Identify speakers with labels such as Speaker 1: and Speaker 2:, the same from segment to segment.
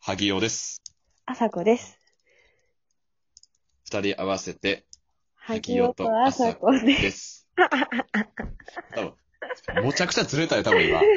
Speaker 1: 萩尾です。
Speaker 2: あさこです。
Speaker 1: 二人合わせて、
Speaker 2: 萩尾とあさこです。
Speaker 1: 多分、むちゃくちゃずれたよ、多分今。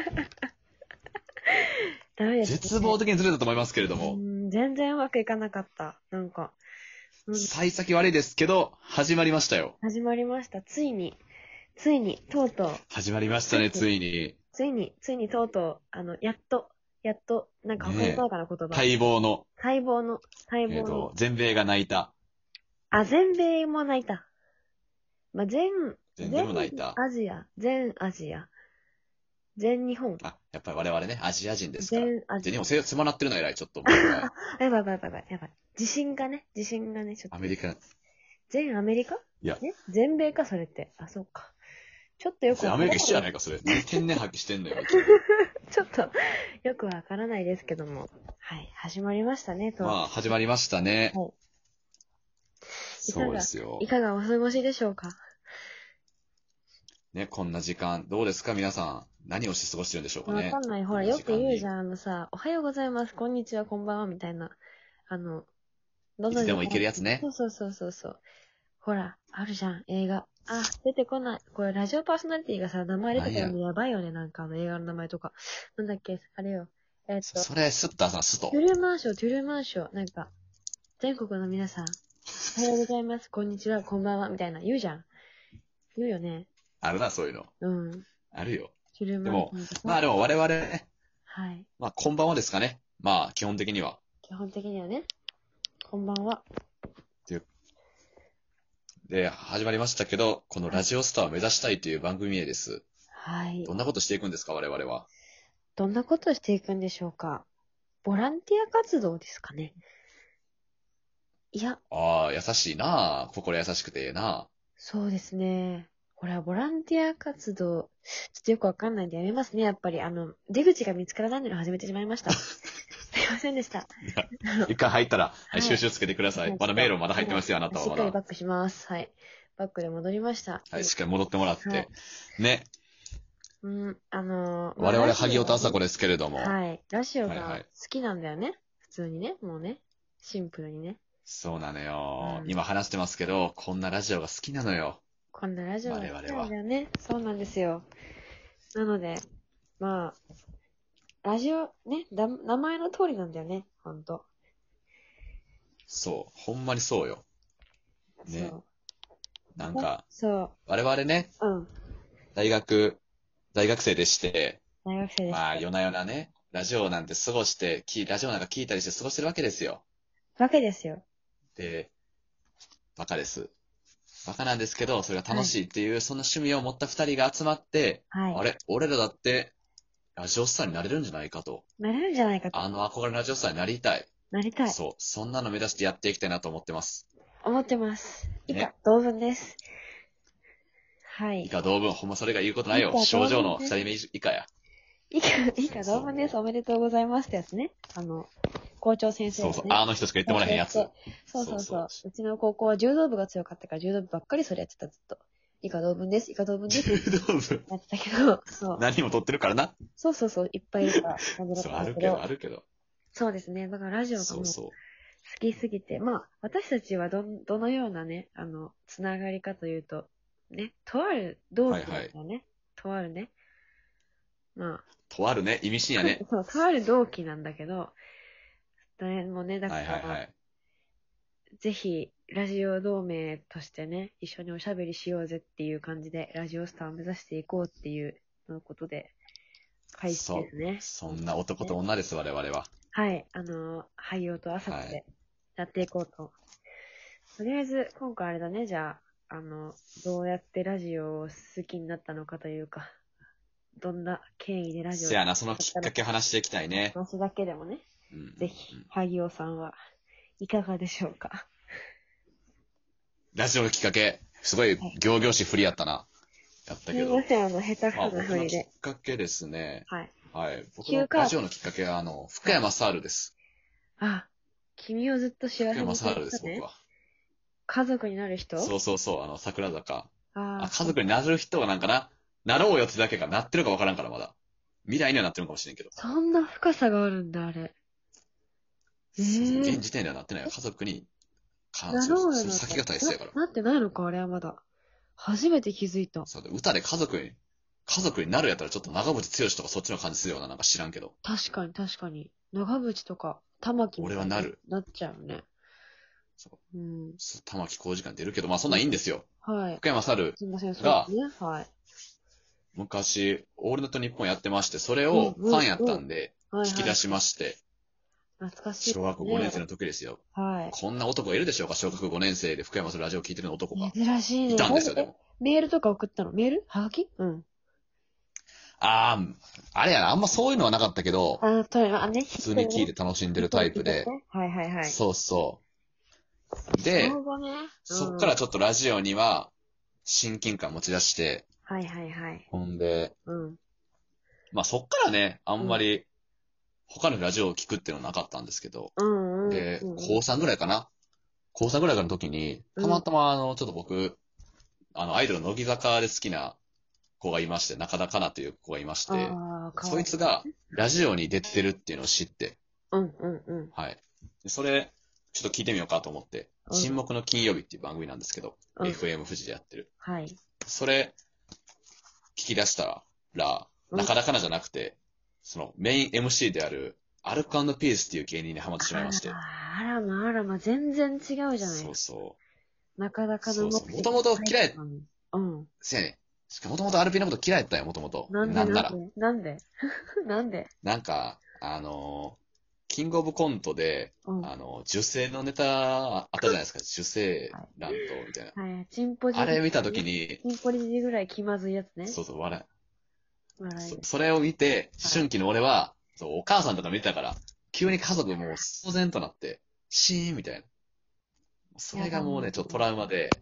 Speaker 2: ダメですね。
Speaker 1: 絶望的にずれたと思いますけれども。
Speaker 2: 全然うまくいかなかった。
Speaker 1: 幸先悪いですけど、始まりましたよ。
Speaker 2: 始まりました。ついに、とうとう。
Speaker 1: 始まりましたね、ついに。
Speaker 2: ついにとうとう、やっと、なんか他にないかな、言葉。
Speaker 1: 待望の。
Speaker 2: 待望の。
Speaker 1: 全米が泣いた。
Speaker 2: あ、全米も泣いた。まあ、
Speaker 1: 全米も泣いた。
Speaker 2: 全日本。
Speaker 1: あ、やっぱり我々ね、アジア人ですから。
Speaker 2: 全
Speaker 1: 日本狭なってるの偉い、ちょっともう一回。
Speaker 2: やばい。自信がね、ちょっと。
Speaker 1: アメリカ。
Speaker 2: 全アメリカ
Speaker 1: いや。
Speaker 2: 全米か、それって。あ、そうか。ちょっとよくわからない。
Speaker 1: アメリカ一緒じゃないか、それ。天然発揮してんのよ。
Speaker 2: ちょっと、よくわからないですけども。はい、始まりましたね、と。
Speaker 1: まあ、始まりましたね。
Speaker 2: はい。
Speaker 1: そうですよ。
Speaker 2: いかがお過ごしでしょうか？
Speaker 1: ね、こんな時間、どうですか皆さん。何をして過ごしてるんでしょうかね。
Speaker 2: わかんない。ほら、よく言うじゃん、おはようございます、こんにちは、こんばんは、みたいな。
Speaker 1: いつでも行けるやつね。
Speaker 2: そう。ほら、あるじゃん、映画。あ、出てこない。これ、ラジオパーソナリティがさ、名前出てくるのやばいよね、なんか映画の名前とか。なんだっけ、あれよ。
Speaker 1: それ、スッと朝、スと。
Speaker 2: トゥルーマンショー。なんか、全国の皆さん、おはようございます、こんにちは、こんばんは、みたいな、言うじゃん。言うよね。
Speaker 1: あるな、そういうの。
Speaker 2: うん。
Speaker 1: あるよ。
Speaker 2: トゥルーマンショー。
Speaker 1: でも我々ね、
Speaker 2: はい。
Speaker 1: まあ、こんばんはですかね。まあ、基本的には。
Speaker 2: 基本的にはね、こんばんは。
Speaker 1: で、始まりましたけど、このラジオスターを目指したいという番組名です。
Speaker 2: はい。
Speaker 1: どんなことしていくんですか、我々は。
Speaker 2: どんなことしていくんでしょうか。ボランティア活動ですかね。いや。
Speaker 1: ああ、優しいなあ。心優しくてええなあ。
Speaker 2: そうですね。これはボランティア活動、ちょっとよくわかんないんでやめますね、やっぱり。出口が見つからないのに始めてしまいました。すいませんでした。
Speaker 1: 一回入ったら、
Speaker 2: はい、
Speaker 1: 収集つけてください。まだ迷路まだ入ってますよ、あなたはまだ。
Speaker 2: しっかりバックします。はい。バックで戻りました。
Speaker 1: はい、しっかり戻ってもらって。
Speaker 2: はい、
Speaker 1: ね。
Speaker 2: 我
Speaker 1: 々、萩尾と朝子ですけれども。
Speaker 2: はい。ラジオが好きなんだよね。普通にね。もうね。シンプルにね。
Speaker 1: そうなのよ。今話してますけど、こんなラジオが好きなのよ。
Speaker 2: こんなラジオが好きなんだよね。そうなんですよ。なので、まあ、ラジオ、ね、名前の通りなんだよね。ほんと。
Speaker 1: そう。ほんまにそうよ。ね。なんか、我々ね、大学生でして、まあ、夜な夜なね、ラジオなんて過ごして、ラジオなんか聞いたりして過ごしてるわけですよ。で、バカです。バカなんですけど、それが楽しいっていう、その趣味を持った二人が集まって、あれ、俺らだって、ラジオスターになれるんじゃないかと。憧れのラジオスターになりたい。そう。そんなの目指してやっていきたいなと思ってます。
Speaker 2: 以下同文です。はい。
Speaker 1: 以下同文。ほんまそれが言うことないよ。症状の二人目以下や。
Speaker 2: 以下同文です。おめでとうございますってやつね。校長先生、ね。
Speaker 1: そう。あの人しか言ってもらえへんやつ。
Speaker 2: そう。うちの高校は柔道部が強かったから、柔道部ばっかりそれやってた、ずっと。以下同文です。
Speaker 1: 柔道部
Speaker 2: やってたけど、そう。
Speaker 1: 何も取ってるからな。
Speaker 2: そう。いっぱいいるから。
Speaker 1: そう、あるけど。
Speaker 2: そうですね。だからラジオがもう好きすぎて、まあ、私たちはどのようなね、つながりかというと、ね、とある同期だよね。とあるね。まあ。
Speaker 1: とあるね、意味深やね。
Speaker 2: そう、とある同期なんだけど、誰もね、だから、ぜひ、ラジオ同盟としてね、一緒におしゃべりしようぜっていう感じで、ラジオスターを目指していこうっていうことで、開始ですね。
Speaker 1: そんな男と女です、我々は。
Speaker 2: はい、俳優と朝でやっていこうと。とりあえず、今回あれだね、じゃあ、どうやってラジオを好きになったのかというか、どんな経緯でラジオを。
Speaker 1: せやな、そのきっかけ話していきたいね。
Speaker 2: 話だけでもね。ぜひ、萩尾さんはいかがでしょうか。
Speaker 1: ラジオのきっかけ、すごい仰々しい振りやったな。やったけど。
Speaker 2: すいません、下手くそな振りで。
Speaker 1: 僕のきっかけですね。
Speaker 2: はい。
Speaker 1: 僕のラジオのきっかけは、福山サールです。
Speaker 2: あ、君をずっと幸せに
Speaker 1: 福山サールです、僕は。
Speaker 2: 家族になる人？
Speaker 1: そう、桜坂。家族になる人がなんかなろうよってだけかなってるかわからんからまだ。未来にはなってるかもしれんけど。
Speaker 2: そんな深さがあるんだ、あれ。
Speaker 1: 現時点ではなってないよ。家族に関する。その先が大切やから。
Speaker 2: なってないのか、あれはまだ。初めて気づいた。
Speaker 1: そう、歌で家族になるやったらちょっと長渕剛とかそっちの感じするような、なんか知らんけど。
Speaker 2: 確かに確かに。長渕とか、玉木みたいになっちゃうね。
Speaker 1: そう。玉置浩二感出るけど、まあそんなんいいんですよ。はい。福山猿
Speaker 2: が、
Speaker 1: はい。昔、オールナイトニッポンやってまして、それをファンやったんで、聞き出しまして。
Speaker 2: 懐かしい。
Speaker 1: 小学校5年生の時ですよ。はい。こんな男いるでしょうか、小学5年生で福山猿ラジオ聞いてる男が。
Speaker 2: 珍しいね。
Speaker 1: いたんですよ、でも。
Speaker 2: メールとか送ったの？メール？はがき？うん。
Speaker 1: あれやな、あんまそういうのはなかったけど、普通に聞いて楽しんでるタイプで。
Speaker 2: はいはいはい。
Speaker 1: そうそう。で、そっからちょっとラジオには親近感持ち出して、
Speaker 2: はいはいはい。
Speaker 1: ほんで、まあそっからね、あんまり他のラジオを聞くっていうのはなかったんですけど、で、高3ぐらいかな。高3ぐらいからの時に、たまたまちょっと僕、アイドルの乃木坂で好きな子がいまして、中田香奈という子がいまして、そいつがラジオに出てるっていうのを知って、はい。それ、ちょっと聞いてみようかと思って、沈黙の金曜日っていう番組なんですけど、FM 富士でやってる。はい。それ、聞き出したら、中田香奈じゃなくて、そのメイン MC である、アルコ&ピースっていう芸人にハマってしまいまして。
Speaker 2: あらまあらま、全然違うじゃない。
Speaker 1: そうそう。
Speaker 2: 中田香奈
Speaker 1: もともと嫌い。せやね。しかもともとアルピーのこと嫌いやったよ、もともと。なんなら。
Speaker 2: なんで
Speaker 1: なんか、キングオブコントで、受精のネタあったじゃないですか。受精卵と、みたいな。はい、チンポジ。あれ見たときに、
Speaker 2: チンポジぐらい気まずいやつね。
Speaker 1: そうそう、笑い。それを見て、思春期の俺は、そう、お母さんとか見てたから、急に家族もう騒然となって、シーンみたいな。それがもうね、ちょっとトラウマで。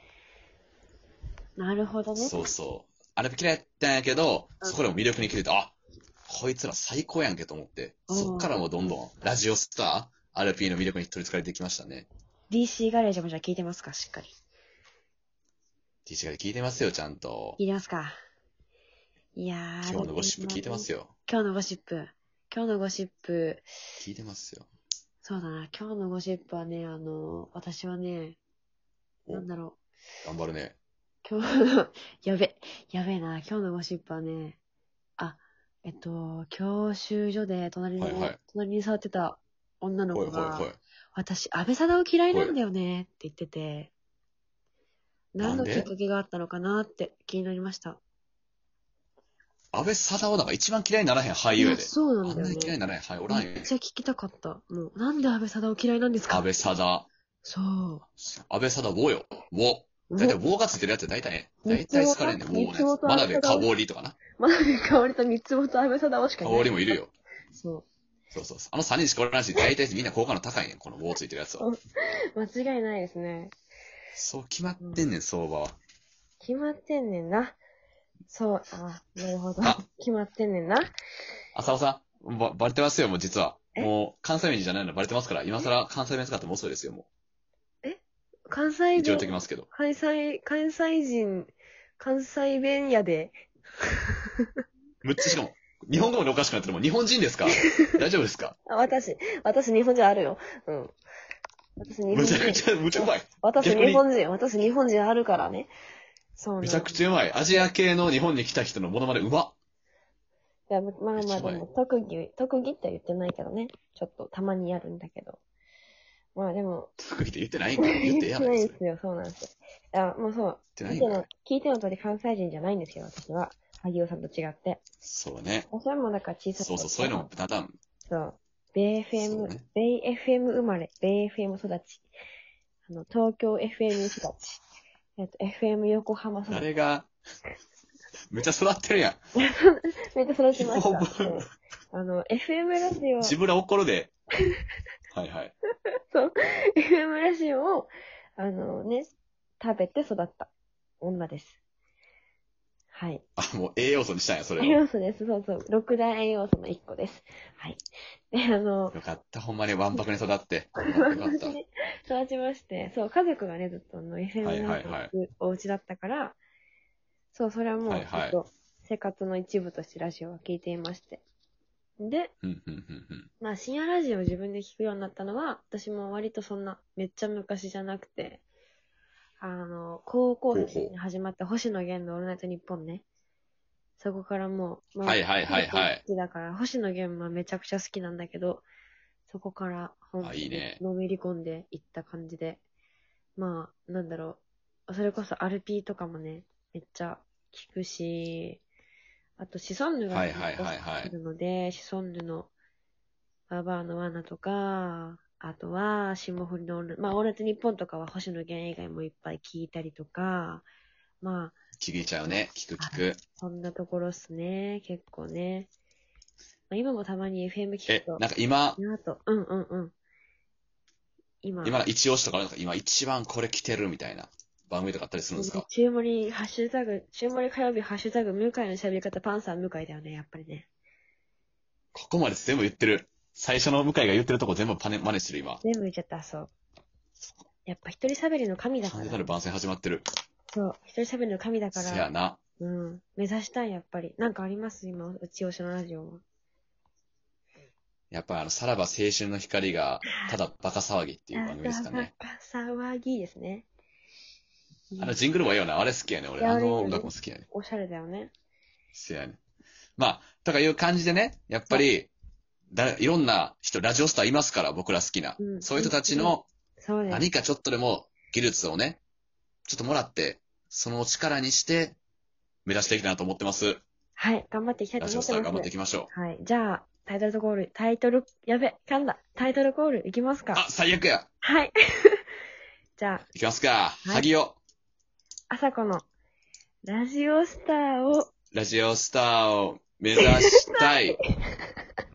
Speaker 2: なるほどね。
Speaker 1: そうそう。あれ嫌いやったんやけど、そこでも魅力に気づいて、こいつら最高やんけと思って、そっからもうどんどん、ラジオスター、RP の魅力に取り憑かれてきましたね。
Speaker 2: DC ガレージもじゃあ聞いてますか、しっかり。
Speaker 1: DC ガレージ聞いてますよ、ちゃんと。
Speaker 2: 聞いてますか。いや
Speaker 1: ー。今日のゴシップ聞いてますよ。
Speaker 2: 今日のゴシップ。
Speaker 1: 聞いてますよ。
Speaker 2: そうだな、今日のゴシップはね、私はね、なんだろ
Speaker 1: う。頑張るね。
Speaker 2: 今日、やべえな、今日のゴシップはね、教習所で隣に座ってた女の子が、私、安倍貞夫嫌いなんだよねって言ってて、何のきっかけがあったのかなって気になりました。
Speaker 1: 安倍貞夫なんか一番嫌いにならへん俳優やで。
Speaker 2: そうなんだよね。
Speaker 1: あんな嫌いにならへん俳優おらんよ。
Speaker 2: めっちゃ聞きたかった。もう、なんで安倍貞夫嫌いなんですか？
Speaker 1: 安倍貞。
Speaker 2: そう。
Speaker 1: 安倍貞夫よ。夫。だいたい棒がついてるやつ大体ね。大体好かれんねん、棒のやつ。真鍋かおりとかな。
Speaker 2: 真鍋かおりと三つ子と安倍貞夫しかいない。
Speaker 1: かおりもいるよ。
Speaker 2: そう。
Speaker 1: そう。あの3人しかおらんし、大体みんな好感度高いねん、この棒ついてるやつは。
Speaker 2: 間違いないですね。
Speaker 1: そう決まってんねん、相場は。
Speaker 2: 決まってんねんな。そう、なるほど。決まってんねんな。
Speaker 1: 浅尾さん、バレてますよ、もう実は。もう、関西弁じゃないのバレてますから、今更関西弁使っても遅いですよ、もう。
Speaker 2: 関西弁
Speaker 1: 一応言ってきますけど。
Speaker 2: 関西人、関西弁やで。
Speaker 1: むっちゃしかも、日本語もおかしくなってるもん。日本人ですか？大丈夫ですか？
Speaker 2: 私日本人あるよ。うん。私日本人。
Speaker 1: むちゃくちゃうまい。
Speaker 2: 私日本人あるからね。そう。
Speaker 1: めちゃくちゃうまい。アジア系の日本に来た人のモノマネうまっ。
Speaker 2: いや、まあでも、特技って言ってないけどね。ちょっとたまにやるんだけど。まあでも。
Speaker 1: 特技って言ってないんか言ってやない
Speaker 2: ですよ。言ってないですよ、そうなんですよ。もうそう。聞いての通り関西人じゃないんですよ、私は。萩尾さんと違って。
Speaker 1: そうね。
Speaker 2: 私はもうだから小さい。
Speaker 1: そういうのもパターン。
Speaker 2: そう。ベイ FM 生まれ、ベイ FM 育ち。東京 FM 育ち。FM 横浜育ち。
Speaker 1: 誰が、めっちゃ育ってるやん。
Speaker 2: めっちゃ育ちました。FM ラジオ。
Speaker 1: 自分ら怒るで。はいはい。
Speaker 2: そう。FM ラジオを、食べて育った女です。はい。
Speaker 1: もう栄養素にしたんや、それを。
Speaker 2: 栄養素です。そう。6大栄養素の1個です。はい。で、
Speaker 1: よかった、ほんまにわんぱくに育って。よかった。
Speaker 2: 育ちまして、そう、家族がね、ずっとFM ラジオ行くお家だったから、そう、それはもう、生活の一部としてラジオは聞いていまして。 で、まあ深夜ラジオを自分で聞くようになったのは、私も割とそんな、めっちゃ昔じゃなくて、高校生に始まった星野源のオールナイトニッポンね。そこからもう、
Speaker 1: はい。
Speaker 2: 好きだから、星野源はめちゃくちゃ好きなんだけど、そこから本当にのめり込んでいった感じで、まあ、なんだろう、それこそアルピーとかもね、めっちゃ聞くし、あとシソンヌが好きなので、シソンヌのババアの罠とか、あとは、霜降りのオールナイトニッポンとかは星野源以外もいっぱい聞いたりとか、まあ。
Speaker 1: 聞いちゃうね。聞く。
Speaker 2: そんなところっすね。結構ね。まあ、今もたまに FM 聞くと。
Speaker 1: なんか今、今一押しとかあるんですか？今一番これ来てるみたいな番組とかあったりするんですか？
Speaker 2: 中森火曜日ハッシュタグ、向井の喋り方パンサー向井だよね、やっぱりね。
Speaker 1: ここまで全部言ってる。最初の向井が言ってるとこ全部真似してる今。
Speaker 2: 全部言っちゃった、そう。やっぱ一人喋りの神だから。
Speaker 1: 完全なる番宣始まってる。
Speaker 2: そう、一人喋りの神だから。
Speaker 1: せやな。
Speaker 2: うん。目指したい、やっぱり。なんかあります今、うち推しのラジオは。
Speaker 1: やっぱさらば青春の光が、ただバカ騒ぎっていう番組ですかね。
Speaker 2: バカ騒ぎですね。
Speaker 1: ジングルもいいよな。あれ好きやね。俺、音楽も好きやね。
Speaker 2: おしゃれだよね。
Speaker 1: せやね。まあ、とかいう感じでね、やっぱり、いろんな人、ラジオスターいますから、僕ら好きな。そういう人たちの、何かちょっとでも技術をね、ちょっともらって、その力にして、目指していきたいなと思ってます。
Speaker 2: はい、頑張っていきたいと思ってます。ラジオスター
Speaker 1: 頑張っていきましょ
Speaker 2: う。はい、じゃあ、タイトルコール、タイトルコールいきますか。
Speaker 1: あ、最悪や。
Speaker 2: はい。じゃあ。
Speaker 1: いきますか。萩尾。
Speaker 2: あさこの、ラジオスターを
Speaker 1: 目指したい。